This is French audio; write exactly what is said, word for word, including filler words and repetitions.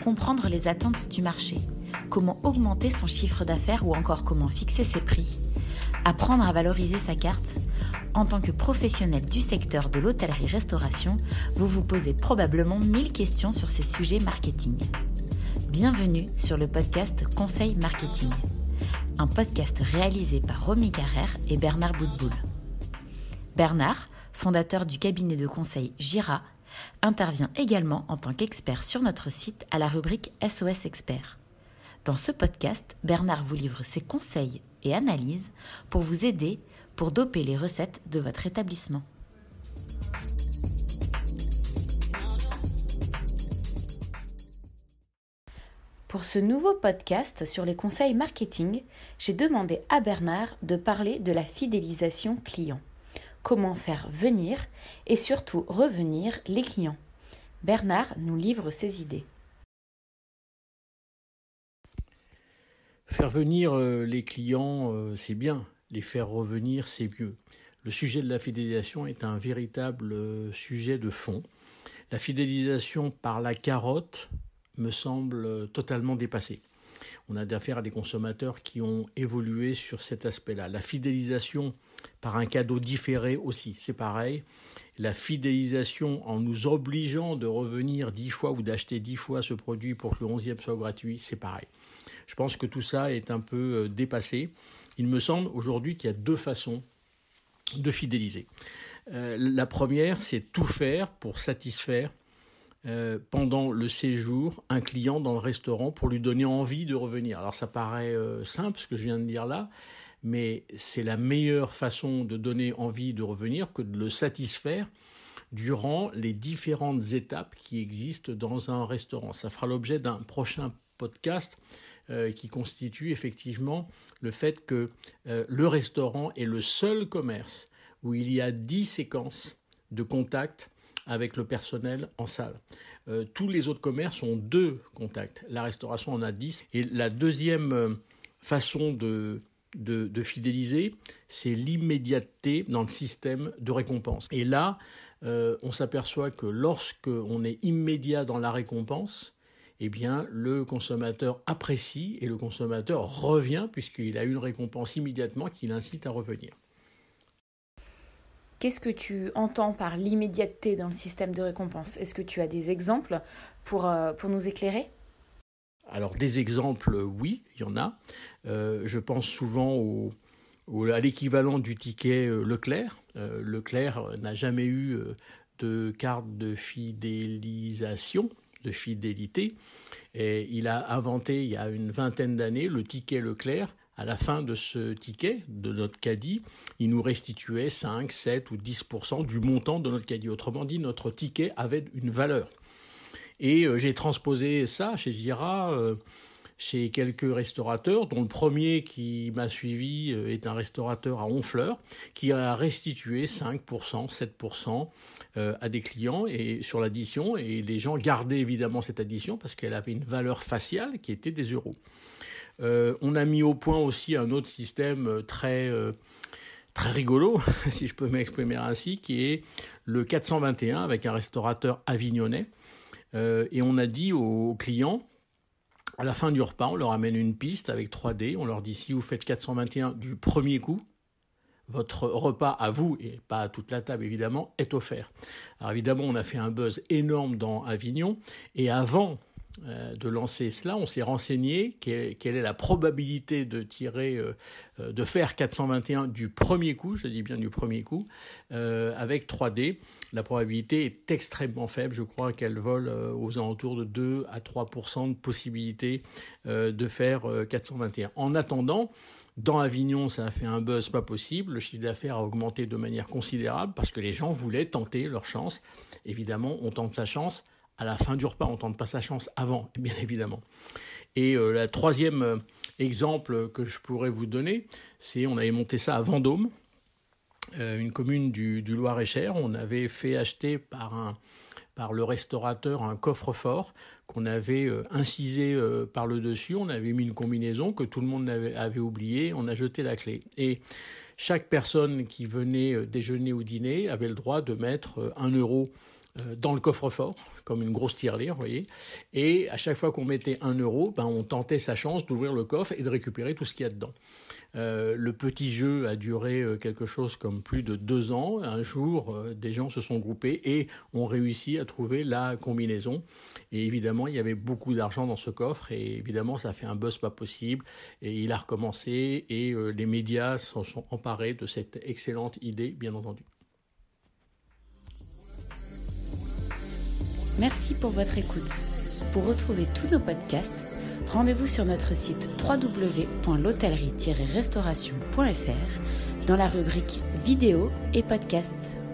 comprendre les attentes du marché, comment augmenter son chiffre d'affaires ou encore comment fixer ses prix, apprendre à valoriser sa carte. En tant que professionnel du secteur de l'hôtellerie-restauration, vous vous posez probablement mille questions sur ces sujets marketing. Bienvenue sur le podcast Conseil Marketing, un podcast réalisé par Romy Carrère et Bernard Boutboul. Bernard, fondateur du cabinet de conseil Gira, intervient également en tant qu'expert sur notre site à la rubrique S O S Expert. Dans ce podcast, Bernard vous livre ses conseils et analyses pour vous aider pour doper les recettes de votre établissement. Pour ce nouveau podcast sur les conseils marketing, j'ai demandé à Bernard de parler de la fidélisation client. Comment faire venir et surtout revenir les clients. Bernard nous livre ses idées. Faire venir euh, les clients, euh, c'est bien. Les faire revenir, c'est mieux. Le sujet de la fidélisation est un véritable euh, sujet de fond. La fidélisation par la carotte me semble euh, totalement dépassée. On a affaire à des consommateurs qui ont évolué sur cet aspect-là. La fidélisation par un cadeau différé aussi, c'est pareil. La fidélisation en nous obligeant de revenir dix fois ou d'acheter dix fois ce produit pour que le onzième soit gratuit, c'est pareil. Je pense que tout ça est un peu dépassé. Il me semble aujourd'hui qu'il y a deux façons de fidéliser. Euh, la première, c'est tout faire pour satisfaire Euh, pendant le séjour, un client dans le restaurant pour lui donner envie de revenir. Alors ça paraît euh, simple ce que je viens de dire là, mais c'est la meilleure façon de donner envie de revenir que de le satisfaire durant les différentes étapes qui existent dans un restaurant. Ça fera l'objet d'un prochain podcast euh, qui constitue effectivement le fait que euh, le restaurant est le seul commerce où il y a dix séquences de contact avec le personnel en salle. Euh, tous les autres commerces ont deux contacts. La restauration en a dix. Et la deuxième euh, façon de, de, de fidéliser, c'est l'immédiateté dans le système de récompense. Et là, euh, on s'aperçoit que lorsqu'on est immédiat dans la récompense, eh bien, le consommateur apprécie et le consommateur revient puisqu'il a une récompense immédiatement qui l'incite à revenir. Qu'est-ce que tu entends par l'immédiateté dans le système de récompense ? Est-ce que tu as des exemples pour, euh, pour nous éclairer ? Alors des exemples, oui, il y en a. Euh, je pense souvent au, au, à l'équivalent du ticket euh, Leclerc. Euh, Leclerc n'a jamais eu euh, de carte de fidélisation, de fidélité. Et il a inventé il y a une vingtaine d'années le ticket Leclerc. À la fin de ce ticket, de notre caddie, il nous restituait cinq, sept ou dix pour cent du montant de notre caddie. Autrement dit, notre ticket avait une valeur. Et euh, j'ai transposé ça chez Gira, euh, chez quelques restaurateurs, dont le premier qui m'a suivi euh, est un restaurateur à Honfleur, qui a restitué cinq pour cent, sept pour cent euh, à des clients et, sur l'addition. Et les gens gardaient évidemment cette addition parce qu'elle avait une valeur faciale qui était des euros. Euh, on a mis au point aussi un autre système très, euh, très rigolo, si je peux m'exprimer ainsi, qui est le quatre cent vingt et un avec un restaurateur avignonnais. Euh, et on a dit aux clients, à la fin du repas, on leur amène une piste avec trois dés. On leur dit, si vous faites quatre cent vingt et un du premier coup, votre repas à vous, et pas à toute la table évidemment, est offert. Alors évidemment, on a fait un buzz énorme dans Avignon. Et avant de lancer cela, on s'est renseigné quelle est la probabilité de tirer, de faire quatre cent vingt et un du premier coup, je dis bien du premier coup, euh, avec trois dés. La probabilité est extrêmement faible, je crois qu'elle vole aux alentours de deux à trois pour cent de possibilité euh, de faire quatre cent vingt et un. En attendant, dans Avignon, ça a fait un buzz pas possible. Le chiffre d'affaires a augmenté de manière considérable parce que les gens voulaient tenter leur chance. Évidemment, on tente sa chance à la fin du repas, on ne tente pas sa chance avant, bien évidemment. Et euh, le troisième euh, exemple que je pourrais vous donner, c'est on avait monté ça à Vendôme, euh, une commune du, du Loir-et-Cher. On avait fait acheter par, un, par le restaurateur un coffre-fort qu'on avait euh, incisé euh, par le dessus. On avait mis une combinaison que tout le monde avait, avait oublié. On a jeté la clé. Et chaque personne qui venait déjeuner ou dîner avait le droit de mettre un euro euh, dans le coffre-fort, comme une grosse tirelire, vous voyez. Et à chaque fois qu'on mettait un euro, ben, on tentait sa chance d'ouvrir le coffre et de récupérer tout ce qu'il y a dedans. Euh, le petit jeu a duré euh, quelque chose comme plus de deux ans. Un jour, euh, des gens se sont groupés et ont réussi à trouver la combinaison. Et évidemment, il y avait beaucoup d'argent dans ce coffre et évidemment, ça a fait un buzz pas possible. Et il a recommencé et euh, les médias s'en sont emparés de cette excellente idée, bien entendu. Merci pour votre écoute. Pour retrouver tous nos podcasts, rendez-vous sur notre site w w w point l'hôtellerie tiret restauration point f r dans la rubrique vidéo et podcasts.